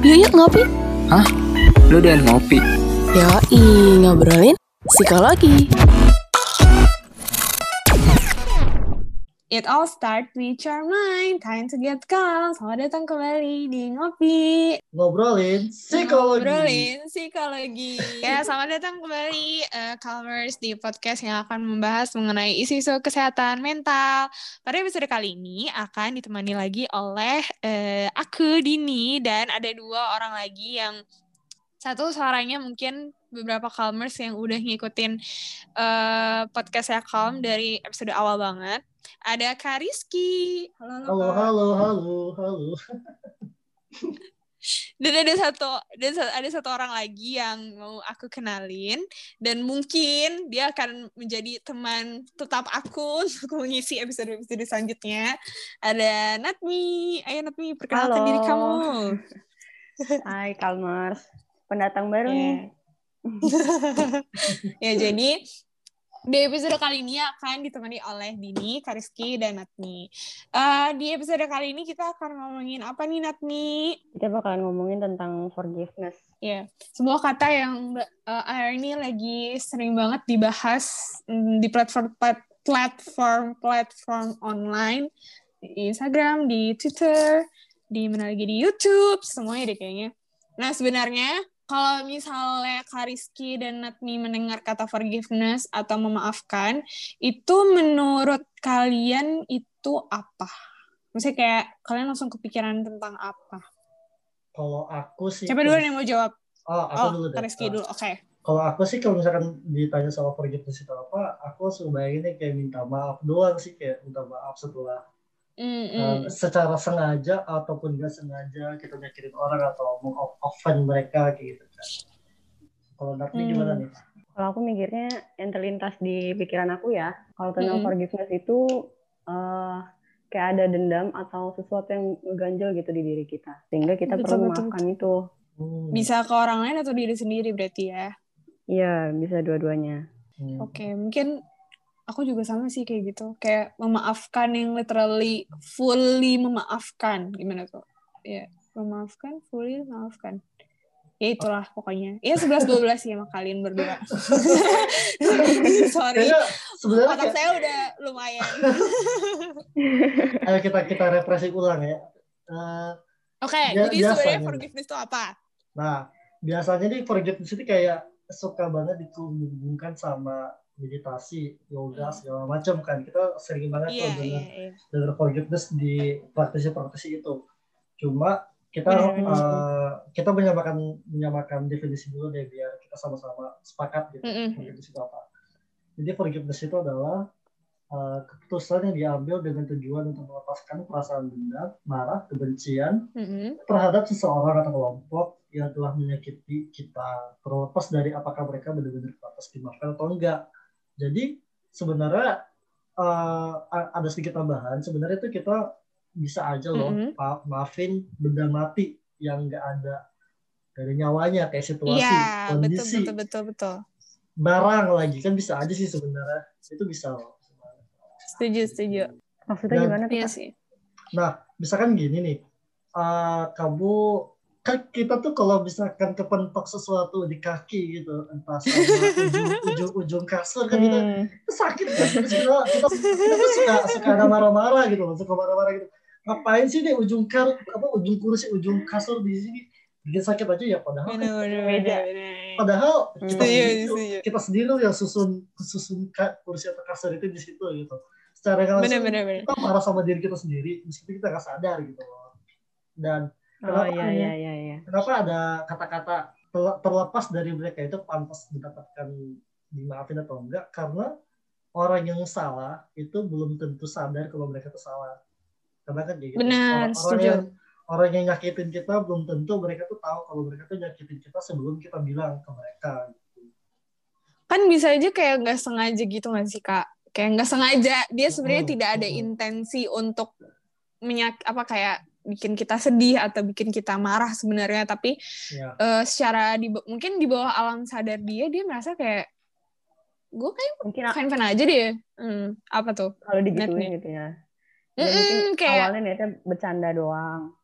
Yuk ngopi. Hah? Lu udah ngopi? Yoi, ngobrolin psikologi. It all start with your mind. Time to get calm. Selamat datang kembali di Ngopi. Ngobrolin psikologi. Ya, selamat datang kembali Calmers di podcast yang akan membahas mengenai isu-isu kesehatan mental. Pada episode kali ini akan ditemani lagi oleh aku, Dini, dan ada dua orang lagi yang satu suaranya mungkin beberapa Calmers yang udah ngikutin podcastnya Calm dari episode awal banget. Ada Kak Rizky. Halo. Dan ada satu orang lagi yang mau aku kenalin, dan mungkin dia akan menjadi teman tetap aku untuk mengisi episode-episode selanjutnya. Ada Natmi. Ayo Natmi, perkenalkan diri kamu. Hai Calmers, pendatang baru nih. Ya, jadi di episode kali ini akan ditemani oleh Dini, Kak Rizky, dan Natmi. Di episode kali ini kita akan ngomongin apa nih, Natmi? Kita bakalan ngomongin tentang forgiveness. Ya, sebuah kata yang akhir ini lagi sering banget dibahas di platform online, di Instagram, di Twitter, di mana lagi, di YouTube, semuanya deh kayaknya. Nah, sebenarnya kalau misalnya Kak Rizky dan Natmi mendengar kata forgiveness atau memaafkan, itu menurut kalian itu apa? Maksudnya kayak kalian langsung kepikiran tentang apa? Kalau aku sih... Siapa dulu yang mau jawab? Aku dulu deh. Kak Rizky dulu, oke. Kalau aku sih, kalau misalkan ditanya soal forgiveness itu apa, aku langsung bayanginnya kayak minta maaf doang sih, kayak minta maaf setelah secara sengaja ataupun nggak sengaja kita nyakitin orang atau meng-offend mereka kayak gitu kan. Kalau Natmi gimana nih? Kalau aku mikirnya yang terlintas di pikiran aku ya, kalau tentang forgiveness itu kayak ada dendam atau sesuatu yang ngeganjel gitu di diri kita, sehingga kita perlu memaafkan itu. Bisa ke orang lain atau diri sendiri berarti ya? Iya, bisa dua-duanya. Oke, mungkin aku juga sama sih kayak gitu. Kayak memaafkan yang literally fully memaafkan. Gimana tuh? Ya, memaafkan, fully memaafkan. Ya itulah pokoknya. Ya 11-12 sih sama kalian berdua. Sorry. Otak saya udah lumayan. Ayo kita refreshing ulang ya. Oke, jadi sebenarnya forgiveness itu apa? Nah, biasanya nih forgiveness itu kayak suka banget dihubungkan sama meditasi, yoga, segala macam kan. Kita sering banget dengar forgiveness di praktisi itu. Cuma kita menyamakan definisi dulu deh biar kita sama-sama sepakat gitu. Forgiveness itu apa? Jadi forgiveness itu adalah keputusan yang diambil dengan tujuan untuk melepaskan perasaan dendam, marah, kebencian terhadap seseorang atau kelompok yang telah menyakiti kita, terlepas dari apakah mereka benar-benar pantas dimaafkan atau enggak. Jadi sebenarnya ada sedikit tambahan. Sebenarnya itu kita bisa aja loh maafin benda mati yang nggak ada nyawanya, kayak situasi, kondisi, betul. Barang lagi kan bisa aja sih sebenarnya. Itu bisa loh. Setuju. Maksudnya gimana tuh? Iya sih. Nah, misalkan gini nih, kamu kan kita tuh kalau misalkan kepentok sesuatu di kaki gitu, entah sama ujung kasur kan itu sakit kan. Terus kita suka ada marah-marah gitu, Ngapain sih deh ujung kursi, ujung kasur di sini bikin sakit aja ya, padahal kita sendiri yang susun kursi atau kasur itu di situ gitu. Secara langsung kita marah sama diri kita sendiri meskipun kita nggak sadar gitu loh. Dan kenapa ada kata-kata terlepas dari mereka itu pantas mendapatkan dimaafin atau enggak, karena orang yang salah itu belum tentu sadar kalau mereka itu salah. Karena kan kayak gitu. Benar, orang yang nyakitin kita belum tentu mereka tuh tahu kalau mereka tuh nyakitin kita sebelum kita bilang ke mereka gitu. Kan bisa aja kayak nggak sengaja gitu nggak sih Kak? Kayak nggak sengaja, dia sebenarnya tidak ada intensi untuk kayak bikin kita sedih atau bikin kita marah sebenarnya, tapi secara mungkin di bawah alam sadar dia merasa kayak gue kayak fine aja deh. Apa tuh? Kalau digituin gitu ya. Mungkin kayak awalnya niatnya bercanda doang.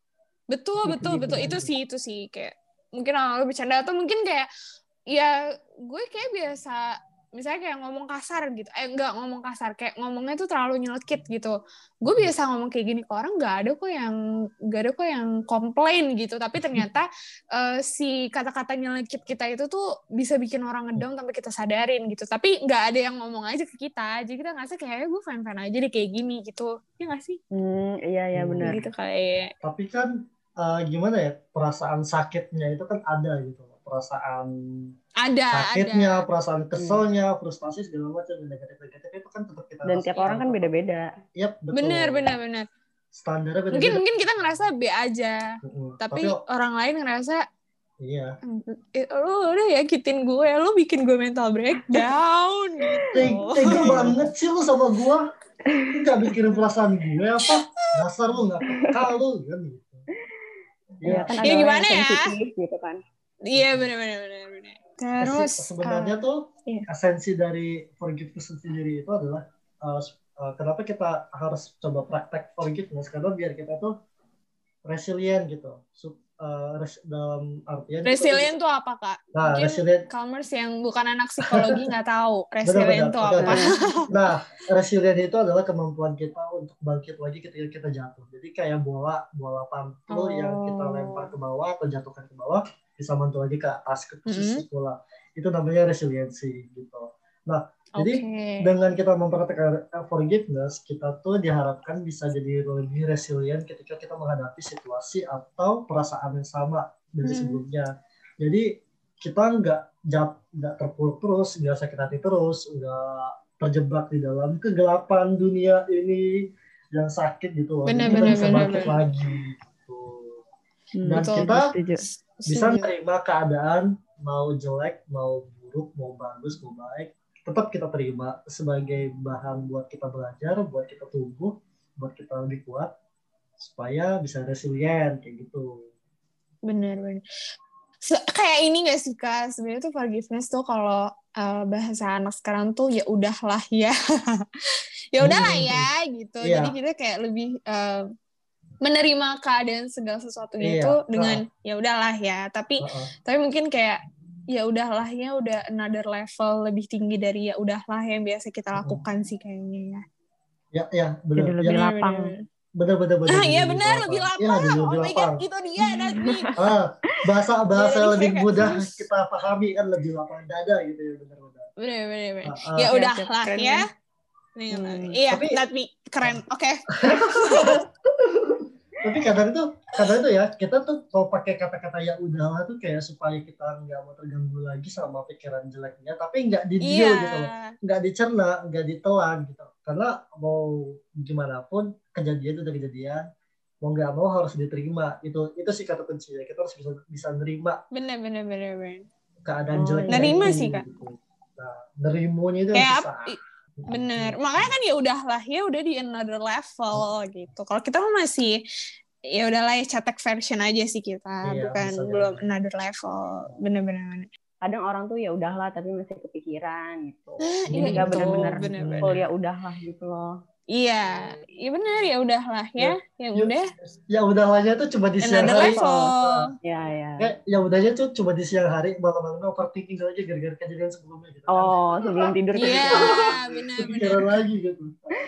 Betul. Itu sih kayak mungkin orang bercanda atau mungkin kayak ya gue kayak biasa misalnya kayak ngomong kasar gitu. Enggak ngomong kasar, kayak ngomongnya tuh terlalu nyelekit gitu. Gue biasa ngomong kayak gini ke orang, nggak ada kok yang komplain gitu. Tapi ternyata si kata-kata nyelekit kita itu tuh bisa bikin orang ngedong tanpa kita sadarin gitu. Tapi nggak ada yang ngomong aja ke kita. Jadi kita ngerasa kayak gue fine-fine aja deh kayak gini gitu. Ya nggak sih? Iya benar. Gitu kayak. Tapi kan gimana ya, perasaan sakitnya itu kan ada gitu. Perasaan sakitnya, perasaan keselnya, frustasi segala macam, negatif itu kan tetap kita dan tiap orang kan beda-beda. Yap, betul. Benar. Standarnya beda-beda. Mungkin kita ngerasa B aja, tapi orang lain ngerasa iya. Lu udah yakitin gue, lu bikin gue mental breakdown gitu. Tega banget sih lu sama gue. Lu gak mikirin perasaan gue apa? Dasar lu gak peka lu kan gitu. Iya kan ada gimana yang ya? sensitif gitu kan. Iya benar. Terus sebenarnya tuh esensi dari forgiveness sendiri itu adalah kenapa kita harus coba praktek forgiveness, karena biar kita tuh resilient gitu. Dalam artian resilient itu apa Kak? Nah, mungkin resilient, Calmers yang bukan anak psikologi nggak tahu resilient itu apa. Nah, resilient itu adalah kemampuan kita untuk bangkit lagi ketika kita jatuh. Jadi kayak bola pantul yang kita lempar ke bawah atau jatuhkan ke bawah bisa mantul lagi ke atas ke posisi bola. Itu namanya resiliensi gitu. Nah, jadi dengan kita mempraktikkan forgiveness, kita tuh diharapkan bisa jadi lebih resilient ketika kita menghadapi situasi atau perasaan yang sama dari sebelumnya. Jadi kita nggak terpuruk terus, nggak sakit hati terus, nggak terjebak di dalam kegelapan dunia ini yang sakit gitu loh. Jadi kita bisa bangkit lagi gitu. Dan kita bisa menerima keadaan mau jelek, mau buruk, mau bagus, mau baik, tetap kita terima sebagai bahan buat kita belajar, buat kita tumbuh, buat kita lebih kuat, supaya bisa resilient kayak gitu. Benar. Kayak ini nggak sih Kak? Sebenarnya tuh forgiveness tuh kalau bahasa anak sekarang tuh ya udahlah ya, ya udahlah ya gitu. Jadi kita kayak lebih menerima keadaan segala sesuatunya itu dengan ya udahlah ya. Tapi mungkin kayak ya udahlahnya udah another level lebih tinggi dari ya udahlah yang biasa kita lakukan sih kayaknya ya. Ya benar. Jadi lebih lapang. Benar. Iya benar, lebih lapang. Oh my god, itu dia nanti. Bahasa lebih mudah kita pahami kan, lebih lapang dada gitu ya, benar. Benar. Ya udahlah ya. Iya, tapi keren. Oke. Tapi kadang itu ya kita tuh kalau pakai kata-kata ya udahlah tuh kayak supaya kita nggak mau terganggu lagi sama pikiran jeleknya, tapi nggak dideal gitu loh, nggak dicerna, nggak ditelan gitu, karena mau gimana pun kejadian itu udah kejadian, mau nggak mau harus diterima. Itu sih kata kuncinya, kita harus bisa nerima. Bener. Keadaan jeleknya. Nerima itu, sih Kak. Gitu. Nah, nerimonya itu kayak susah. Bener, makanya kan ya udahlah ya udah di another level gitu. Kalau kita mah masih ya udahlah ya cetek version aja sih kita, bukan belum another level. Bener. Kadang orang tuh ya udahlah tapi masih kepikiran gitu. Jadi nggak benar-benar full ya udahlah gitu loh. Iya benar ya udahlah ya udah. Ya udahlah tuh cuma di siang hari. Ya udahnya tuh cuma di siang hari, malam-malam overthinking aja gara-gara kejadian sebelumnya gitu. Oh, sebelum tidur kan. Iya, benar. Kepikiran lagi gitu.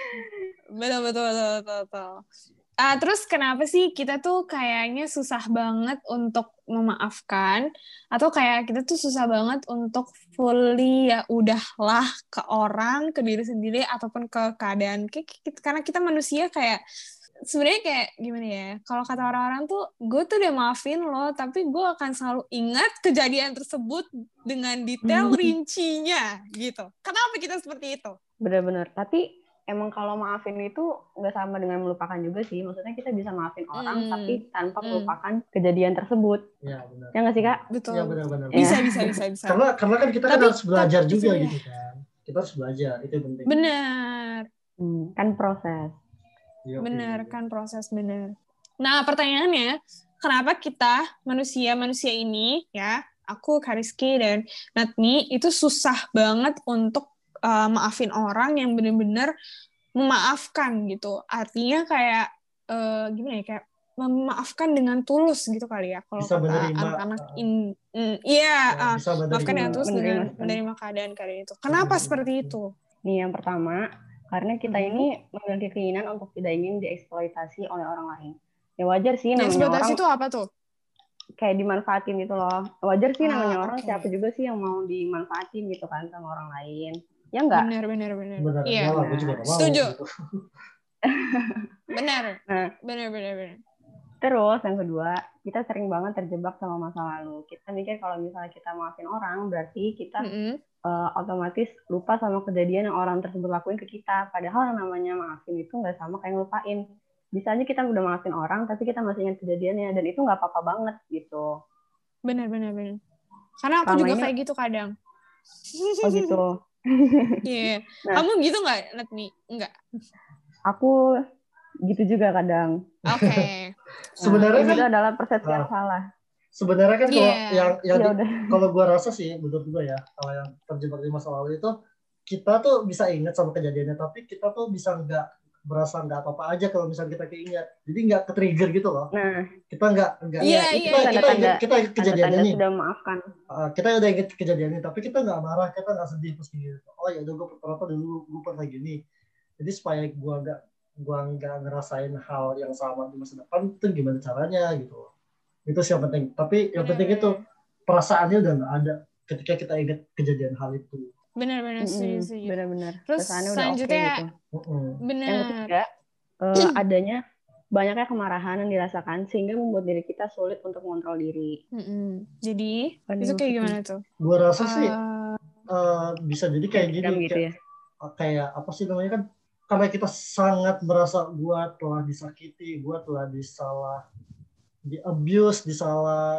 Betul. Terus kenapa sih kita tuh kayaknya susah banget untuk memaafkan, atau kayak kita tuh susah banget untuk fully ya udahlah ke orang, ke diri sendiri, ataupun ke keadaan. Karena kita manusia kayak sebenarnya kayak gimana ya, kalau kata orang-orang tuh gue tuh udah maafin lo, tapi gue akan selalu ingat kejadian tersebut dengan detail rincinya gitu. Kenapa kita seperti itu? Benar-benar, tapi emang kalau maafin itu nggak sama dengan melupakan juga sih. Maksudnya kita bisa maafin orang tapi tanpa melupakan kejadian tersebut. Iya benar. Ya nggak sih Kak? Betul. Iya benar. Bisa. Karena kan kita kan harus belajar juga gitu kan. Kita harus belajar, itu penting. Benar. Kan proses. Benar kan proses, benar. Nah pertanyaannya, kenapa kita manusia ini ya, aku Kariski dan Natmi itu susah banget untuk maafin orang yang benar-benar memaafkan gitu. Artinya kayak gimana ya, kayak memaafkan dengan tulus gitu kali ya, kalau kata anak-anak maafkan dengan tulus dengan menerima keadaan itu. Kenapa seperti itu? Nih, yang pertama, karena kita ini memiliki keinginan untuk tidak ingin dieksploitasi oleh orang lain. Ya wajar sih namanya orang. Eksploitasi itu apa tuh? Kayak dimanfaatin gitu loh. Wajar sih namanya orang, siapa juga sih yang mau dimanfaatin gitu kan sama orang lain. Ya enggak? Benar. Iya. Gue juga gak mau. Setuju. Gitu. Benar. Nah, benar. Terus yang kedua, kita sering banget terjebak sama masa lalu. Kita mikir kalau misalnya kita maafin orang, berarti kita otomatis lupa sama kejadian yang orang tersebut lakuin ke kita. Padahal yang namanya maafin itu nggak sama kayak ngelupain. Bisa aja kita udah maafin orang, tapi kita masih ingat kejadiannya, dan itu nggak apa-apa banget gitu. Benar. Karena aku juga kayak gitu kadang. Oh gitu. Iya. Nah, kamu gitu nggak, Natmi? Enggak. Aku gitu juga kadang. Oke. Sebenarnya kan itu adalah persepsi yang salah. Sebenarnya kan kalau gue rasa sih, menurut gue ya, kalau yang terjebak di masa lalu itu, kita tuh bisa ingat sama kejadiannya, tapi kita tuh bisa berasa nggak apa-apa aja kalau misalnya kita keingat, jadi nggak ke-trigger gitu loh. Nah, kita nggak kita kejadiannya nih, sudah maafkan. Kita udah ingat kejadiannya, tapi kita nggak marah, kita nggak sedih terus gitu. Oh ya udah, gue pernah gini, jadi supaya gue nggak ngerasain hal yang sama di masa depan, itu gimana caranya gitu. Itu sih yang penting. Tapi yang penting itu perasaannya udah nggak ada ketika kita ingat kejadian hal itu. Benar setuju. Benar. Terus selanjutnya benar. Yang ketiga, adanya banyaknya kemarahan yang dirasakan sehingga membuat diri kita sulit untuk mengontrol diri. Jadi itu kayak gimana tuh? Gue rasa sih bisa jadi kayak gini gitu ya. Kayak apa sih namanya kan? Karena kita sangat merasa gue telah disakiti, gue telah di abuse, disalah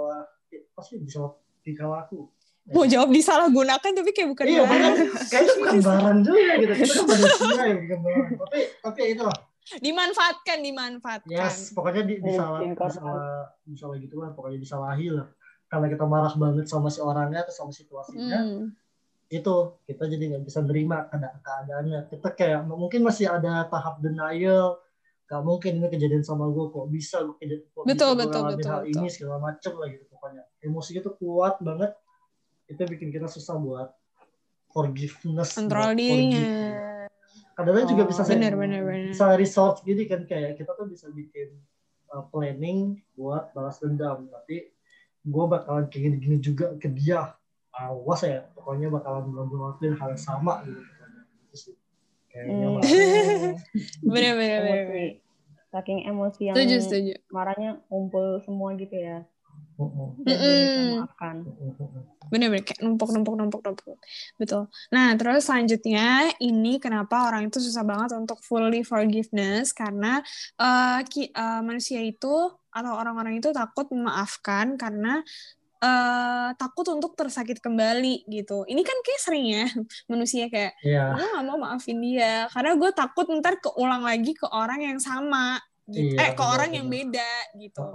perilaku. Mau jawab disalahgunakan tapi kayak bukan barang. Kayaknya bukan barang juga gitu. Kita kan manusia ya, bukan barang. Tapi ya itulah. Dimanfaatkan. Yes, pokoknya disalah gitu lah. Pokoknya disalahi lah. Karena kita marah banget sama si orangnya atau sama situasinya. Itu kita jadi nggak bisa nerima keadaannya. Kita kayak mungkin masih ada tahap denial. Gak mungkin ini kejadian sama gue, kok bisa ngalamin hal ini segala macem lah gitu. Pokoknya emosi itu kuat banget. Itu bikin kita susah buat forgiveness, kontrol dirinya. Kadang-kadang juga bisa bisa research gitu kan, kayak kita tuh bisa bikin planning buat balas dendam. Nanti gue bakalan kayak gini juga ke dia, awas ya, pokoknya bakalan ngelakuin hal yang sama gitu. Kayaknya bener. Saking emosi yang setuju. marahnya kumpul semua gitu ya. Maafkan. Bener kayak numpuk. Betul. Nah, terus selanjutnya ini kenapa orang itu susah banget untuk fully forgiveness, karena manusia itu atau orang-orang itu takut memaafkan karena takut untuk tersakit kembali gitu. Ini kan kayak sering ya manusia kayak gue gak mau maafin dia karena gue takut ntar keulang lagi ke orang yang sama gitu. Ke orang yang beda gitu.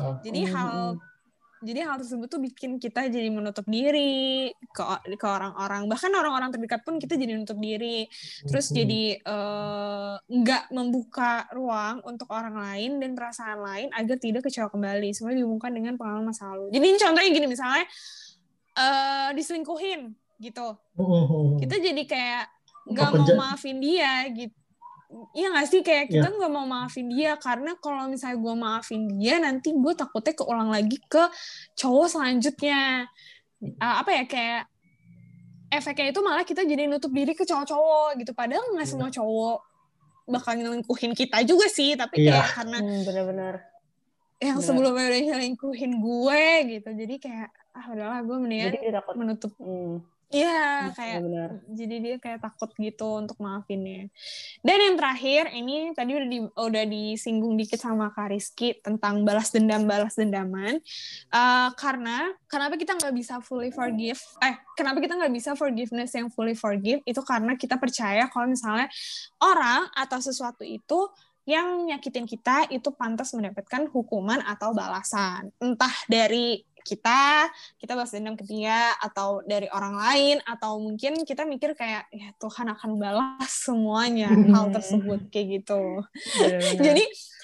Jadi hal tersebut tuh bikin kita jadi menutup diri ke orang-orang, bahkan orang-orang terdekat pun kita jadi menutup diri, terus jadi nggak membuka ruang untuk orang lain dan perasaan lain agar tidak kecewa kembali. Semua dihubungkan dengan pengalaman masa lalu. Jadi ini contohnya gini, misalnya diselingkuhin gitu, kita jadi kayak nggak mau maafin dia gitu. Iya nggak sih, kayak kita nggak mau maafin dia karena kalau misalnya gue maafin dia nanti gue takutnya keulang lagi ke cowok selanjutnya. Kayak efeknya itu malah kita jadi nutup diri ke cowok-cowok gitu, padahal nggak semua cowok bakal nyelingkuhin kita juga sih, tapi kayak karena benar-benar yang sebelumnya udah nyelingkuhin gue gitu, jadi kayak udahlah gue mendingan menutup. Iya, kayak jadi dia kayak takut gitu untuk maafinnya. Dan yang terakhir ini tadi udah disinggung dikit sama Kak Rizky tentang balas-dendaman. Karena kenapa kita nggak bisa fully forgive? Kenapa kita nggak bisa forgiveness yang fully forgive? Itu karena kita percaya kalau misalnya orang atau sesuatu itu yang nyakitin kita itu pantas mendapatkan hukuman atau balasan, entah dari kita balas dendam ke dia, atau dari orang lain, atau mungkin kita mikir kayak ya Tuhan akan balas semuanya hal tersebut kayak gitu. Jadi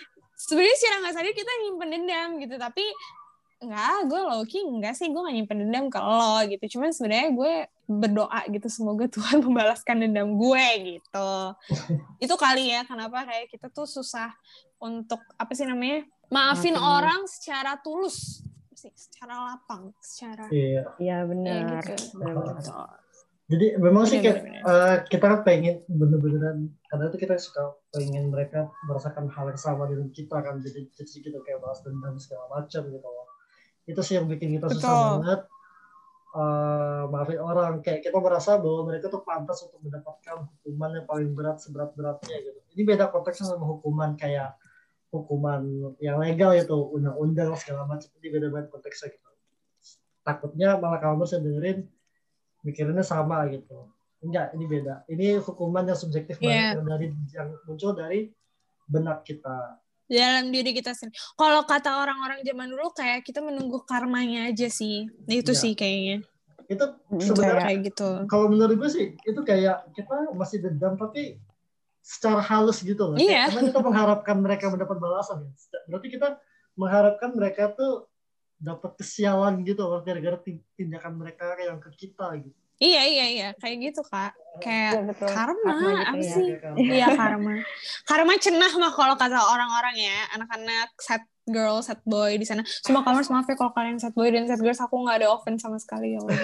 sebenarnya secara nggak sadar kita nyimpen dendam gitu, tapi gue low-key enggak sih, gue gak nyimpen dendam ke lo gitu. Cuman sebenarnya gue berdoa gitu, semoga Tuhan membalaskan dendam gue gitu. Itu kali ya kenapa kayak kita tuh susah untuk maafin orang secara tulus sih, secara lapang, secara iya benar. Gitu. Jadi memang sih kita kan pengen bener-beneran, karena itu kita suka pengen mereka merasakan hal yang sama dengan kita kan, jadi gitu kayak balas dendam segala macam gitu loh. Itu sih yang bikin kita susah banget maafin orang. Kayak kita merasa bahwa mereka tuh pantas untuk mendapatkan hukuman yang paling berat seberat-beratnya gitu. Ini beda konteksnya sama hukuman kayak hukuman yang legal itu, undang-undang segala macam. Ini beda banget konteksnya gitu. Takutnya malah kamu dengerin mikirinnya sama gitu. Enggak, ini beda. Ini hukuman yang subjektif banget yang muncul dari benak kita, dalam diri kita sendiri. Kalau kata orang-orang zaman dulu kayak kita menunggu karmanya aja sih. Itu sih kayaknya. Itu sebenarnya kayak gitu. Kalau menurut gue sih itu kayak kita masih dendam tapi secara halus gitu loh. Karena kita mengharapkan mereka mendapat balasan ya. Berarti kita mengharapkan mereka tuh dapat kesialan gitu loh gara-gara tindakan mereka yang ke kita gitu. Iya, kayak gitu Kak. Kayak karma apa gitu sih? Iya karma. Karma cenah mah kalau kata orang-orang ya, anak-anak sad girl, sad boy di sana. Semua kamar maaf ya kalau kalian sad boy dan sad girls, aku nggak ada offense sama sekali ya.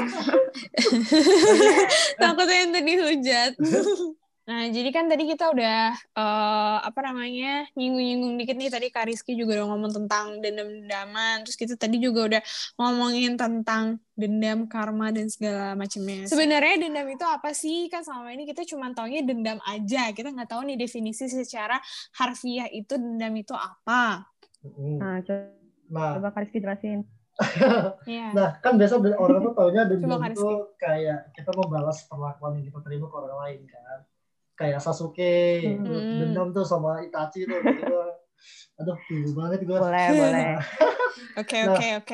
Takutnya yang tadi hujat. Nah, jadi kan tadi kita udah nyinggung-nyinggung dikit nih, tadi Kak Rizky juga udah ngomong tentang dendam-dendaman, terus kita tadi juga udah ngomongin tentang dendam, karma, dan segala macamnya. Sebenarnya dendam itu apa sih? Kan selama ini kita cuma taunya dendam aja, kita nggak tahu nih definisi secara harfiah itu dendam itu apa. Nah, coba Kak Rizky jelasin. Nah, kan biasa orang tuh taunya dendam itu kayak kita membalas perlakuan yang kita terima ke orang lain kan. Kayak Sasuke dendam tuh sama Itachi tuh gitu. Aduh, dulu banget gue. Boleh. Oke.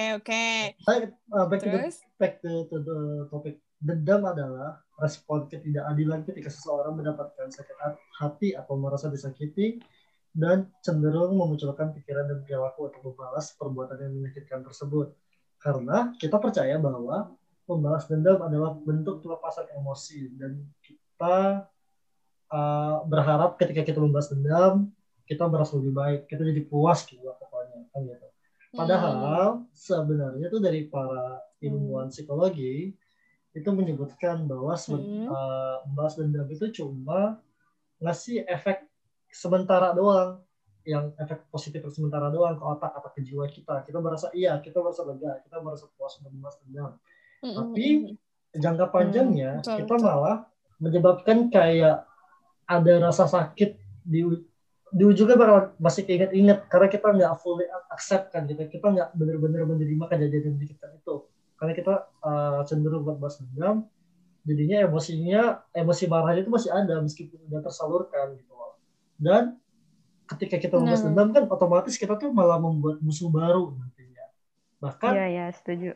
Back to the topic. Dendam adalah respon ketidakadilan ketika seseorang mendapatkan sakit hati atau merasa disakiti dan cenderung memunculkan pikiran dan perilaku untuk membalas perbuatan yang menyakitkan tersebut. Karena kita percaya bahwa membalas dendam adalah bentuk pelepasan emosi dan kita berharap ketika kita membalas dendam kita merasa lebih baik, kita jadi puas gitu pokoknya kan gitu. Padahal sebenarnya tuh dari para ilmuwan psikologi itu menyebutkan bahwa membalas dendam itu cuma ngasih efek sementara doang, yang efek positif sementara doang ke otak atau ke jiwa kita. Kita merasa kita merasa lega, kita merasa puas membalas dendam. Tapi jangka panjangnya kita malah menyebabkan kayak ada rasa sakit di ujungnya bakal masih keinget-inget karena kita nggak fully accept kan gitu, kita nggak benar-benar menerima kejadian menyakitkan itu karena kita cenderung buat balas dendam, jadinya emosi marahnya itu masih ada meskipun udah tersalurkan gitu loh. Dan ketika kita membalas dendam kan otomatis kita tuh malah membuat musuh baru nantinya. Bahkan setuju.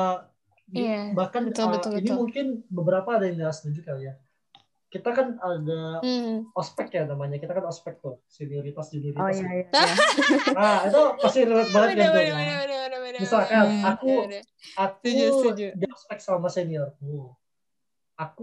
Bahkan betul. Ini mungkin beberapa ada yang nggak setuju kali ya. Kita kan ada ospek ya namanya, kita kan ospek tuh, senioritas junioritas. Iya. Nah itu pasti relate banget kan tuh. Misalkan aku di ospek sama seniorku, aku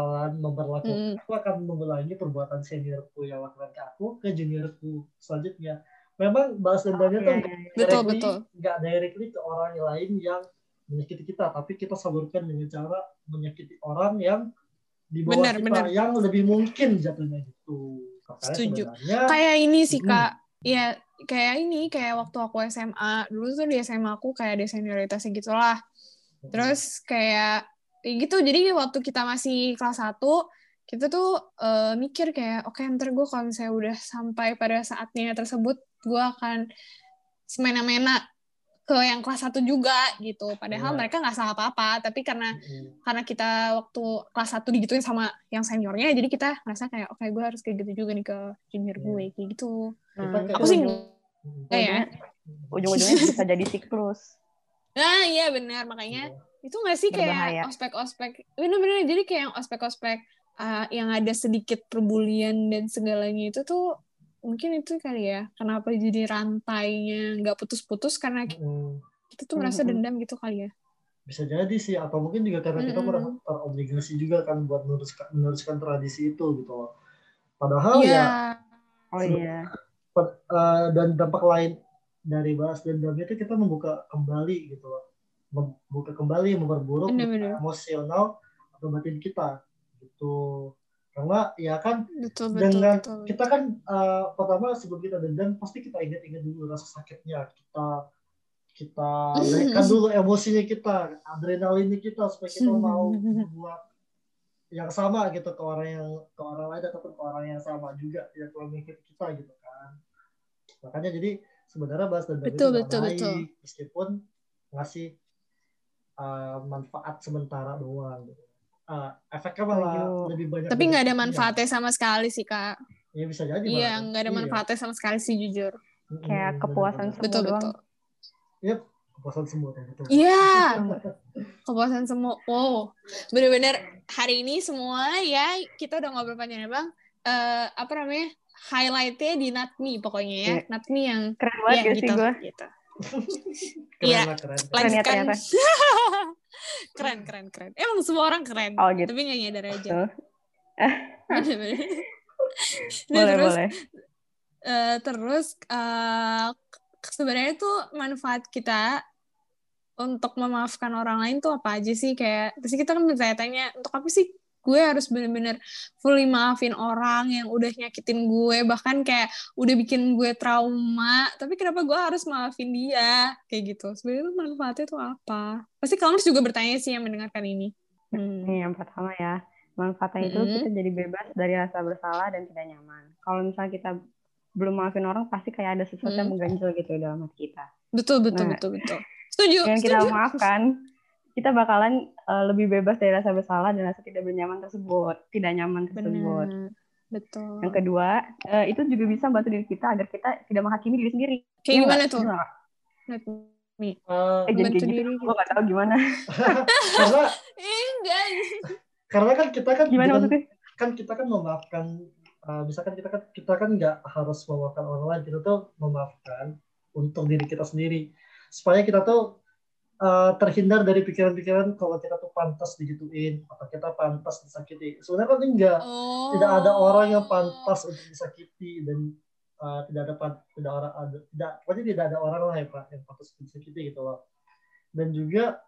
akan mengulangi perbuatan seniorku yang lakukan ke aku ke juniorku selanjutnya. Memang balas dendamnya tuh nggak directly ke orang lain yang menyakiti kita, tapi kita salurkan dengan cara menyakiti orang yang di bawah kita yang lebih mungkin jatuhnya gitu. Setuju. Kayak ini sih Kak, ya kayak waktu aku SMA dulu tuh, di SMA aku kayak ada senioritasnya gitulah. Terus kayak gitu, jadi waktu kita masih kelas 1 kita tuh mikir kayak oke, ntar gue kalau misalnya udah sampai pada saatnya tersebut gue akan semena-mena ke yang kelas 1 juga gitu. Padahal mereka nggak salah apa-apa, tapi karena kita waktu kelas 1 digituin sama yang seniornya, jadi kita ngerasa kayak oke, gue harus kayak gitu juga nih ke junior gue kayak gitu. Aku sih ujung-ujungnya bisa jadi siklus. Nah iya benar, makanya itu nggak sih kayak ospek-ospek, bener-bener jadi kayak yang ospek-ospek yang ada sedikit perbulian dan segalanya itu tuh mungkin itu kali ya, kenapa jadi rantainya nggak putus-putus karena kita tuh merasa dendam gitu kali ya. Bisa jadi sih, atau mungkin juga karena kita merasa terobligasi juga kan buat meneruskan tradisi itu gitu loh. Padahal dan dampak lain dari balas dendam itu kita membuka kembali gitu loh. Memperburuk emosional atau batin kita gitu. Karena ya kan betul. Kita kan pertama sebelum kita dendam pasti kita ingat dulu rasa sakitnya, kita naikkan dulu emosinya kita, adrenalinnya kita supaya kita mau membuat yang sama gitu ke orang lain ataupun ke orang yang sama juga yang telah mengikuti kita gitu kan. Makanya jadi sebenarnya balas dendam itu baik meskipun ngasih manfaat sementara doang gitu. Efeknya malah lebih banyak. Tapi nggak ada manfaatnya sama sekali sih Kak. Ya bisa jadi. Iya nggak ada manfaatnya sama sekali sih jujur. Kayak kepuasan semu doang. Yep, kepuasan semu ya betul. Iya, kepuasan semu. Wow, bener-bener hari ini semua ya kita udah ngobrol panjang ya Bang. Apa namanya? Highlightnya di Natmi pokoknya ya. Natmi yang keren banget ya gitu. Gitu. Iya, lanjutkan. Keren. Emang semua orang keren. Oh, gitu. Tapi nggak nyadar aja. Boleh. Terus sebenarnya tuh manfaat kita untuk memaafkan orang lain tuh apa aja sih? Kayak pasti kita kan bertanya-tanya untuk apa sih gue harus benar-benar fully maafin orang yang udah nyakitin gue, bahkan kayak udah bikin gue trauma, tapi kenapa gue harus maafin dia? Kayak gitu. Sebenarnya tuh manfaatnya tuh apa? Pasti kamu juga bertanya sih yang mendengarkan ini. Ini yang pertama ya, manfaatnya itu kita jadi bebas dari rasa bersalah dan tidak nyaman. Kalau misalnya kita belum maafin orang, pasti kayak ada sesuatu yang mengganjal gitu dalam hati kita. Betul. Setuju. Yang kita maafkan, kita bakalan lebih bebas dari rasa bersalah dan rasa tidak nyaman tersebut. Benar. Betul. Yang kedua, itu juga bisa bantu diri kita agar kita tidak menghakimi diri sendiri. Kayak gimana tuh? Bantu diri. Gue gak tahu gimana. Karena kan kita kan gimana maksudnya? Kan kita kan memaafkan. Misalkan kita kan nggak harus memaafkan orang lain, kita tuh memaafkan untuk diri kita sendiri supaya kita tuh terhindar dari pikiran-pikiran kalau kita tuh pantas digituin atau kita pantas disakiti. Sebenarnya kan enggak, tidak ada orang yang pantas untuk disakiti dan tidak ada orang lah yang pantas disakiti gitu loh. Dan juga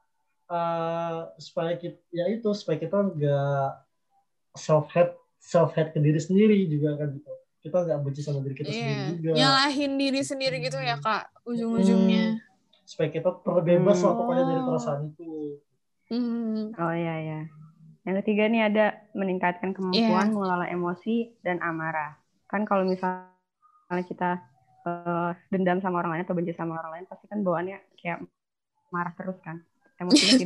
supaya kita nggak self hate ke diri sendiri juga kan gitu. Kita nggak benci sama diri kita sendiri juga. Nyalahin diri sendiri gitu ya Kak, ujung-ujungnya. Supaya kita terbebas lah pokoknya dari perasaan itu. Oh iya. Yang ketiga nih ada meningkatkan kemampuan mengelola emosi dan amarah. Kan kalau misalnya kita dendam sama orang lain atau benci sama orang lain, pasti kan bawaannya kayak marah terus kan. Emosinya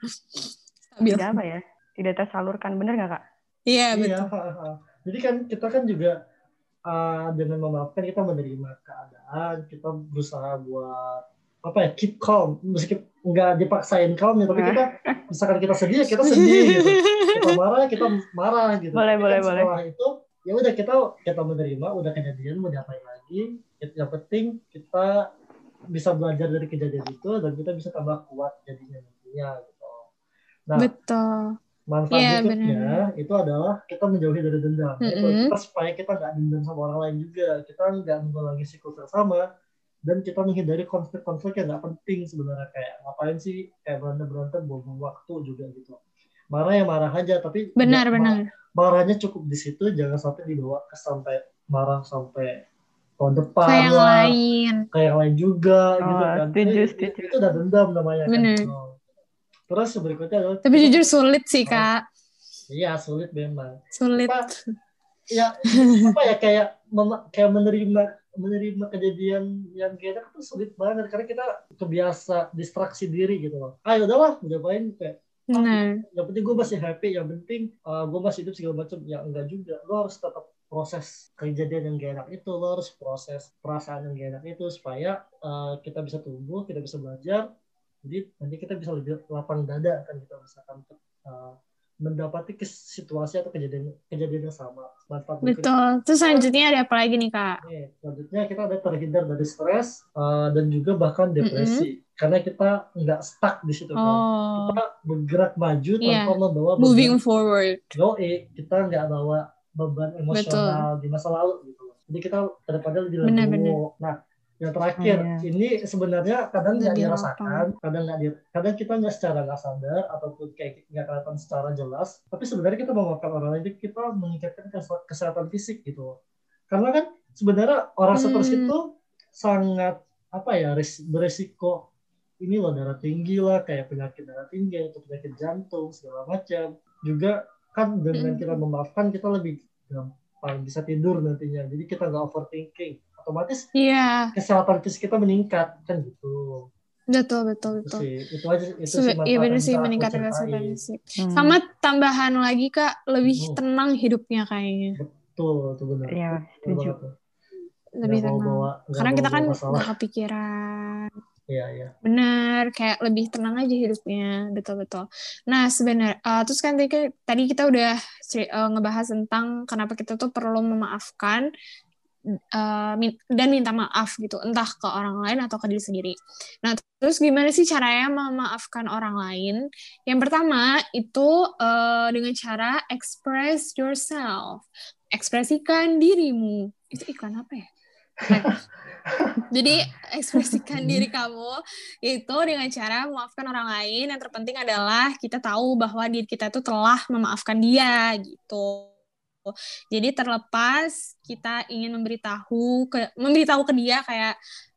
tidak apa ya? Tidak tersalurkan, bener nggak Kak? Iya, betul. Jadi kan kita kan juga dengan memaafkan kita menerima keadaan, kita berusaha buat keep calm, meskipun nggak dipaksain calm ya, tapi kita misalkan kita sedih gitu, kita marah gitu. Boleh. Setelah itu ya udah kita menerima, udah kejadian, mau diapain lagi? Yang penting kita bisa belajar dari kejadian itu dan kita bisa tambah kuat jadinya gitu. Nah, betul. Manfaat berikutnya itu adalah kita menjauhi dari dendam. Supaya kita nggak dendam sama orang lain juga, kita nggak mengulangi siklus yang sama, dan kita menghindari konflik-konflik yang nggak penting sebenarnya. Kayak ngapain sih kayak berantem buang waktu juga gitu. Marah ya marah aja, tapi benar. Marahnya cukup di situ, jangan sampai dibawa ke sampai marah sampai tahun depan kayak yang lain juga gitu kan. Setuju. Itu udah dendam namanya kan. Terus berikutnya adalah tapi jujur sulit sih Kak. Iya sulit memang. Sulit. Kayak menerima kejadian yang gak enak itu sulit banget karena kita kebiasa distraksi diri gitu loh. Udahlah, ngapain kayak. Yang penting gue masih happy, yang penting gue masih hidup segala macam. Ya enggak juga. Lo harus tetap proses kejadian yang gak enak itu, lo harus proses perasaan yang gak enak itu supaya kita bisa tumbuh, kita bisa belajar. Jadi nanti kita bisa lebih lapang dada kan kita misalkan mendapati situasi atau kejadian yang sama. Betul. Terus selanjutnya ada apa lagi nih, Kak? Selanjutnya kita ada terhindar dari stres dan juga bahkan depresi. Karena kita nggak stuck di situ kan. Kita bergerak maju tanpa membawa beban. Moving forward. Kita nggak bawa beban emosional di masa lalu gitu. Jadi kita daripada lebih legowo. Nah, yang terakhir, ini sebenarnya kadang nggak dirasakan, kadang kita nggak secara nggak sadar ataupun kayak nggak kelihatan secara jelas, tapi sebenarnya kita memaafkan orang lain, kita meningkatkan kesehatan fisik gitu. Karena kan sebenarnya orang stres itu sangat beresiko ini loh, darah tinggi lah, kayak penyakit darah tinggi atau penyakit jantung segala macam. Juga kan dengan kita memaafkan, kita lebih gampang bisa tidur nantinya. Jadi kita nggak overthinking. Otomatis kesehatan fisik kita meningkat kan gitu. Betul. Itu sih iya benar sih, meningkatkan kesehatan fisik. Sama tambahan lagi Kak, lebih tenang hidupnya kayaknya. Betul, itu benar. Iya, setuju. Lebih tenang. Karena kita kan nggak kepikiran. Iya. Benar, kayak lebih tenang aja hidupnya, betul. Nah sebenarnya, terus kan tadi kita udah ngebahas tentang kenapa kita tuh perlu memaafkan dan minta maaf gitu, entah ke orang lain atau ke diri sendiri. Nah, terus gimana sih caranya memaafkan orang lain? Yang pertama itu dengan cara express yourself, ekspresikan dirimu. Itu iklan apa ya? Jadi ekspresikan diri kamu itu dengan cara memaafkan orang lain. Yang terpenting adalah kita tahu bahwa diri kita itu telah memaafkan dia gitu. Jadi terlepas kita ingin memberitahu ke dia kayak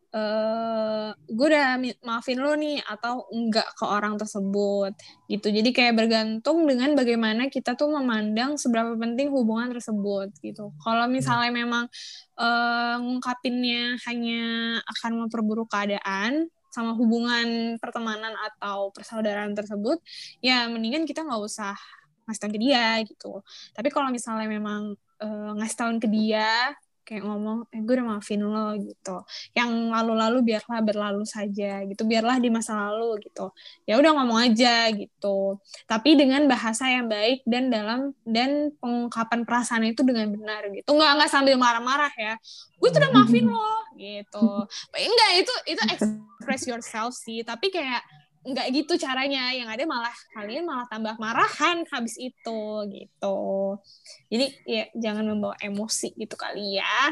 gue udah maafin lo nih atau enggak ke orang tersebut gitu. Jadi kayak bergantung dengan bagaimana kita tuh memandang seberapa penting hubungan tersebut gitu. Kalau misalnya memang ngungkapinnya hanya akan memperburuk keadaan sama hubungan pertemanan atau persaudaraan tersebut, ya mendingan kita nggak usah ngasih tahun ke dia gitu. Tapi kalau misalnya memang ngasih tahun ke dia, kayak ngomong, gue udah maafin lo gitu. Yang lalu-lalu biarlah berlalu saja gitu. Biarlah di masa lalu gitu. Ya udah ngomong aja gitu. Tapi dengan bahasa yang baik dan pengungkapan perasaan itu dengan benar gitu. Nggak sambil marah-marah ya. Gue tuh udah maafin lo gitu. Enggak, itu express yourself sih. Tapi kayak nggak gitu caranya, yang ada kalian malah tambah marahan habis itu gitu. Jadi ya jangan membawa emosi gitu kali ya.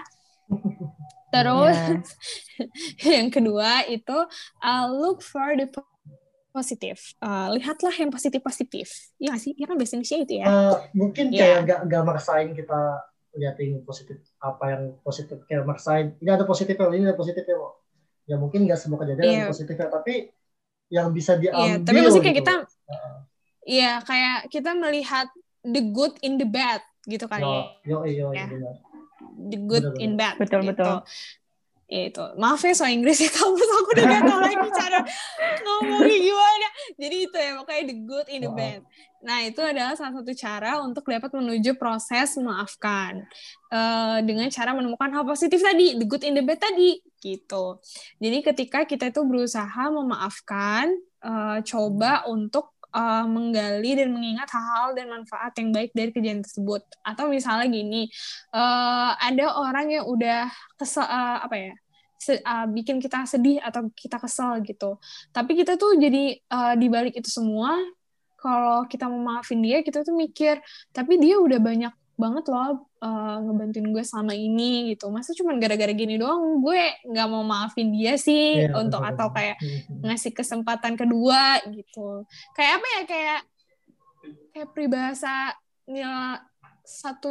Terus yang kedua itu look for the positive. Lihatlah yang positif. Iya nggak sih? Ya kan bahasa Indonesia itu ya. Mungkin kayak nggak maksain kita liatin positif, apa yang positif, kayak maksain ini ada positifnya, ini ada positifnya. Ya mungkin nggak semua kejadian ada positifnya, tapi yang bisa diambil. Tapi maksudnya kayak gitu. Kita kayak kita melihat the good in the bad gitu kan ya. Benar. The good in bad. Betul. Itu. Maaf ya soal Inggris ya, kamu aku udah gak tahu lagi cara ngomongnya gimana. Jadi itu ya, makanya the good in the bad. Nah, itu adalah salah satu cara untuk dapat menuju proses memaafkan. Dengan cara menemukan hal positif tadi, the good in the bad tadi, gitu. Jadi ketika kita itu berusaha memaafkan, coba untuk menggali dan mengingat hal-hal dan manfaat yang baik dari kejadian tersebut. Atau misalnya gini, ada orang yang udah kesel, bikin kita sedih atau kita kesel gitu. Tapi kita tuh jadi dibalik itu semua, kalau kita mau maafin dia, kita tuh mikir, tapi dia udah banyak banget loh ngebantuin gue selama ini gitu. Masa cuma gara-gara gini doang gue nggak mau maafin dia sih atau kayak ngasih kesempatan kedua gitu. Kayak apa ya, kayak peribahasa satu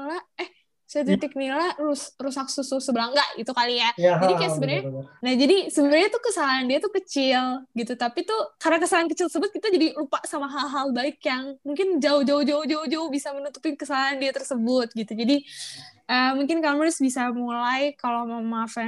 titik nila rusak susu sebelah enggak itu kali ya. Jadi kayak sebenarnya jadi sebenarnya tuh kesalahan dia tuh kecil gitu, tapi tuh karena kesalahan kecil tersebut kita jadi lupa sama hal-hal baik yang mungkin jauh bisa menutupi kesalahan dia tersebut gitu. Jadi mungkin kamu bisa mulai kalau mau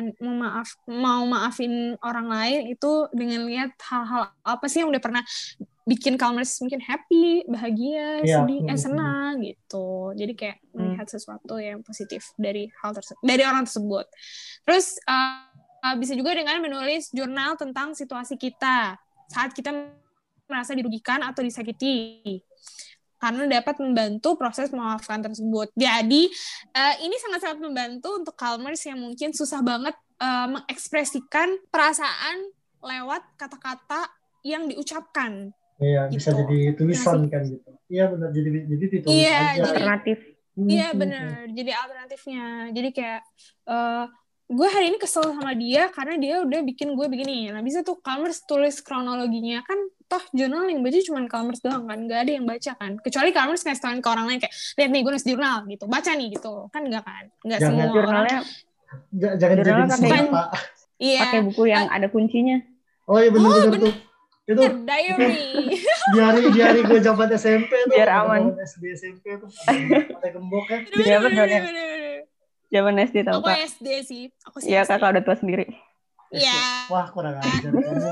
maafin orang lain itu dengan lihat hal-hal apa sih yang udah pernah bikin Calmers mungkin happy, bahagia, sedih, senang gitu. Jadi kayak melihat sesuatu yang positif dari dari orang tersebut. Terus bisa juga dengan menulis jurnal tentang situasi kita saat kita merasa dirugikan atau disakiti. karena dapat membantu proses memaafkan tersebut. Jadi ini sangat-sangat membantu untuk calmers yang mungkin susah banget mengekspresikan perasaan lewat kata-kata yang diucapkan. Iya, gitu. Bisa jadi tulisan kan gitu. Iya benar, jadi ditulis aja. Jadi alternatif. Iya benar, jadi alternatifnya. Jadi kayak gue hari ini kesel sama dia karena dia udah bikin gue begini. Nah bisa tuh calmers tulis kronologinya, kan toh jurnal yang baca cuma calmers doang kan, gak ada yang baca kan, kecuali calmers ngasih tauin ke orang lain kayak, lihat nih gue nulis jurnal gitu, baca nih gitu kan, enggak kan, enggak semua jurnalnya orang. Jangan jadi senjata. Iya. Pakai buku yang ada kuncinya. Oh iya benar tuh. Itu diary. diary gue zaman SMP tuh. Biar aman. SD SMP tuh. Ada gembok kan. Iya benar. Zaman SD tau Aku Kak. SD sih. Iya Kakak udah tua sendiri. Iya. Wah kurang ajar kamu.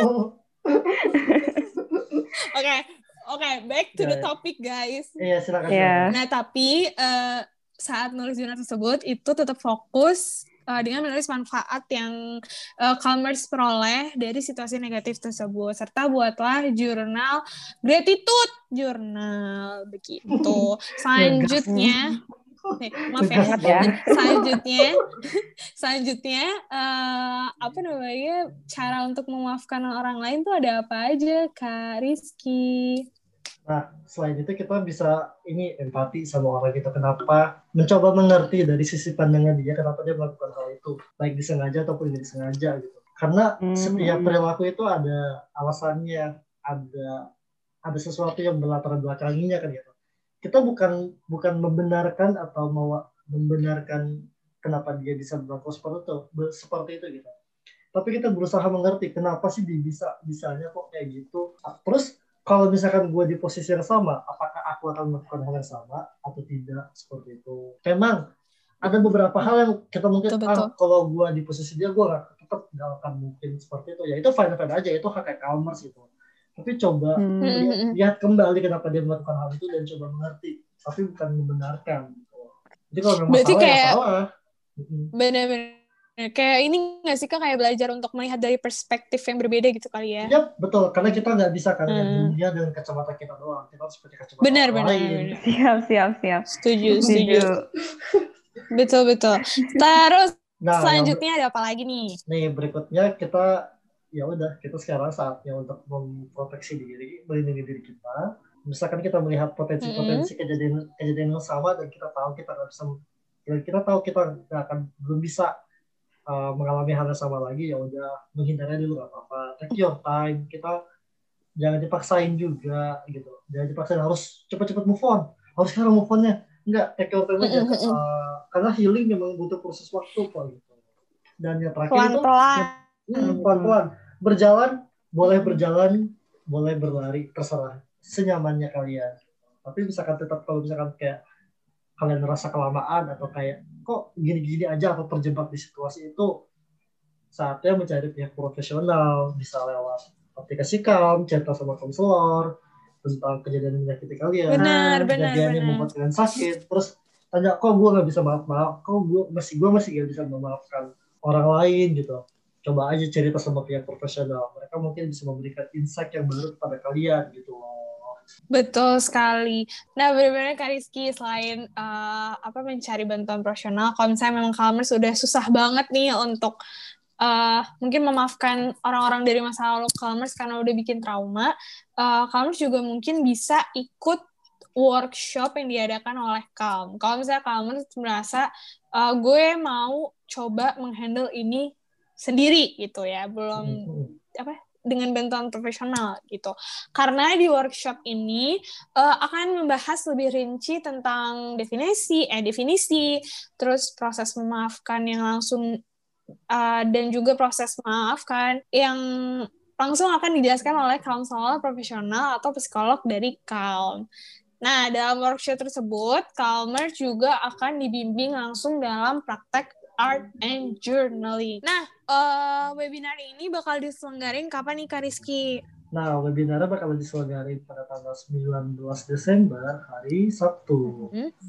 Oke, back to the topic guys. Iya silakan. Nah tapi saat nulis jurnal tersebut itu tetap fokus dengan menulis manfaat yang calmers peroleh dari situasi negatif tersebut, serta buatlah jurnal gratitude journal begitu. Selanjutnya maaf ya. Selanjutnya apa namanya, cara untuk memaafkan orang lain tuh ada apa aja Kak Rizky? Nah, selain itu kita bisa empati sama orang kita, kenapa mencoba mengerti dari sisi pandangnya dia, kenapa dia melakukan hal itu, baik disengaja ataupun tidak disengaja gitu. Karena setiap perilaku itu ada alasannya, ada sesuatu yang berlatar belakanginya kan gitu. Kita bukan membenarkan atau mau membenarkan kenapa dia bisa berlaku seperti itu gitu. Tapi kita berusaha mengerti kenapa sih dia bisanya kok kayak gitu. Terus kalau misalkan gue di posisi yang sama, apakah aku akan melakukan hal yang sama atau tidak, seperti itu. Memang ada beberapa hal yang kita mungkin kalau gue di posisi dia, gue tetap nggak akan mungkin seperti itu. Ya itu fine aja, itu hak calmers gitu. Tapi coba lihat kembali kenapa dia melakukan hal itu dan coba mengerti, tapi bukan membenarkan. Jadi kalau memang berarti salah kayak, ya salah. Benar-benar. Kayak ini nggak sih Kak, kayak belajar untuk melihat dari perspektif yang berbeda gitu kali ya? Iya betul, karena kita nggak bisa kan dunia dengan kacamata kita doang, kita harus pakai kacamata orang lain. Siap. Setuju. Betul. Terus selanjutnya ada apa lagi nih? Nih berikutnya kita sekarang saatnya untuk memproteksi diri, melindungi diri kita. Misalkan kita melihat potensi-potensi kejadian yang sama dan kita tahu kita belum bisa mengalami hal yang sama lagi, ya udah menghindari dulu, nggak apa-apa. Take your time, kita jangan dipaksain juga gitu, jangan dipaksain harus cepat-cepat move on, harus sekarang move onnya, enggak, take your time aja. Karena healing memang butuh proses waktu kok gitu. Dan yang terakhir pelan-pelan berjalan, boleh berlari, terserah senyamannya kalian. Tapi kalau misalkan kayak kalian merasa kelamaan atau kayak kok gini-gini aja atau terjebak di situasi itu, saatnya mencari pihak profesional, bisa lewat aplikasi Calm, cerita sama konselor tentang kejadian yang menyakiti kalian, kejadian yang membuat kalian sakit, terus tanya, kok gue nggak bisa maaf, kok gue masih nggak bisa memaafkan orang lain gitu. Coba aja cerita sama pihak profesional, mereka mungkin bisa memberikan insight yang baru kepada kalian gitu loh. Betul sekali. Nah, benar-benar Kak Rizky, selain mencari bantuan profesional, kalau misalnya memang calmers sudah susah banget nih untuk mungkin memaafkan orang-orang dari masa lalu calmers karena udah bikin trauma, calmers juga mungkin bisa ikut workshop yang diadakan oleh Calm. Kalau misalnya calmers merasa gue mau coba menghandle ini sendiri gitu ya, belum dengan bantuan profesional gitu. Karena di workshop ini akan membahas lebih rinci tentang definisi, terus proses memaafkan yang langsung dan juga proses memaafkan yang langsung akan dijelaskan oleh konselor profesional atau psikolog dari Calm. Nah, dalam workshop tersebut, calmers juga akan dibimbing langsung dalam praktek art and journaling. Nah, webinar ini bakal diselenggarain kapan nih Kak Rizky? Nah, webinarnya bakal diselenggarain pada tanggal 19 Desember, hari Sabtu.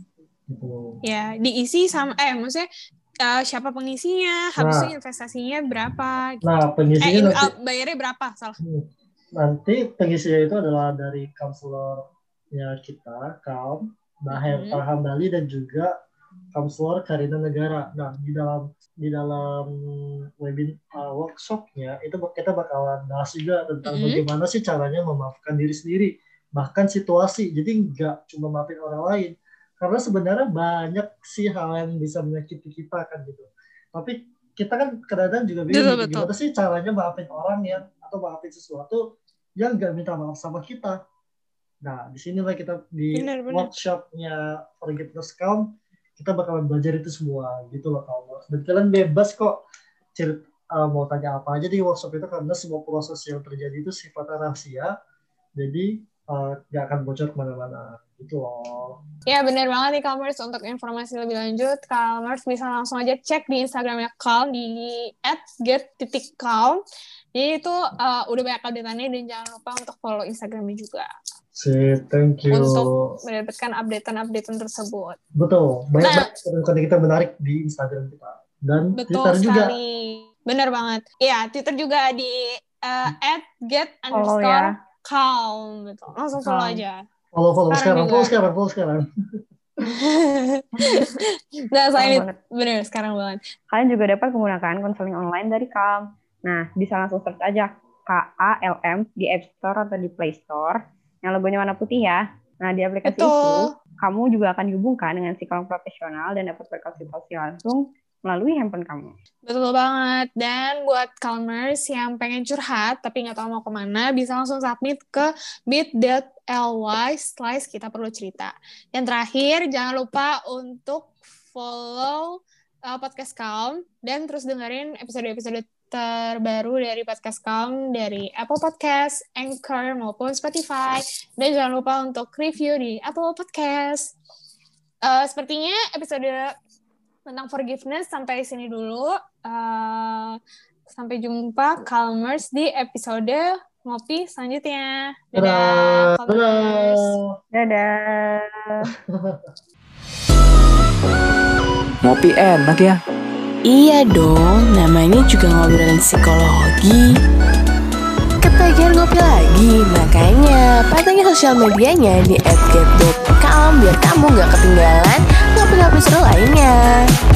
Gitu. Ya, diisi sama, maksudnya siapa pengisinya, habisnya investasinya berapa? Gitu. Nah, pengisinya bayarnya berapa? Salah. Nanti pengisinya itu adalah dari konselor grupnya kita, Calm, Mbak Farham Bali dan juga Counselor Karina Negara. Nah, di dalam workshopnya itu kita bakalan bahas juga tentang bagaimana sih caranya memaafkan diri sendiri, bahkan situasi. Jadi nggak cuma maafin orang lain, karena sebenarnya banyak sih hal yang bisa menyakiti kita kan gitu. Tapi kita kan kadang-kadang juga bingung gimana sih caranya maafin orang yang atau maafin sesuatu yang nggak minta maaf sama kita. Nah, disinilah kita di workshopnya Forgiveness Calm kita bakalan belajar itu semua gitu loh Calmers. Dan kalian bebas kok mau tanya apa aja di workshop itu, karena semua proses yang terjadi itu sifatnya rahasia, jadi nggak akan bocor kemana-mana gitu loh. Ya benar banget nih Calmers. Untuk informasi lebih lanjut Calmers bisa langsung aja cek di Instagramnya Calm di @get.calm. Jadi itu udah banyak update-annya, dan jangan lupa untuk follow Instagramnya juga. Thank you. Untuk mendapatkan update-an tersebut. Betul. Banyak konten kita menarik di Instagram kita. Dan Twitter juga. Benar banget. Iya, Twitter juga di @get_calm. Betul. Langsung follow aja. Follow sekarang. Nah, bener sekarang banget. Kalian juga dapat menggunakan konseling online dari Calm. Nah, bisa langsung search aja KALM di App Store atau di Play Store. Yang logonya warna putih ya. Nah, di aplikasi itu, kamu juga akan dihubungkan dengan psikolog profesional dan dapat berkonsultasi langsung melalui handphone kamu. Betul banget. Dan buat Calmers yang pengen curhat tapi nggak tahu mau kemana, bisa langsung submit ke bit.ly/kita perlu cerita. Yang terakhir, jangan lupa untuk follow podcast Calm dan terus dengerin episode-episode terbaru dari podcast Calm dari Apple Podcast, Anchor maupun Spotify. Dan jangan lupa untuk review di Apple Podcast. Sepertinya episode tentang forgiveness sampai sini dulu. Sampai jumpa Calmers di episode ngopi selanjutnya. Dadah. Dadah. Ngopi enak ya? Iya dong, namanya juga ngobrolin psikologi. Ketagihan ngopi lagi, makanya pantengin sosial medianya di @get.calm biar kamu gak ketinggalan ngopi-ngopi seru lainnya.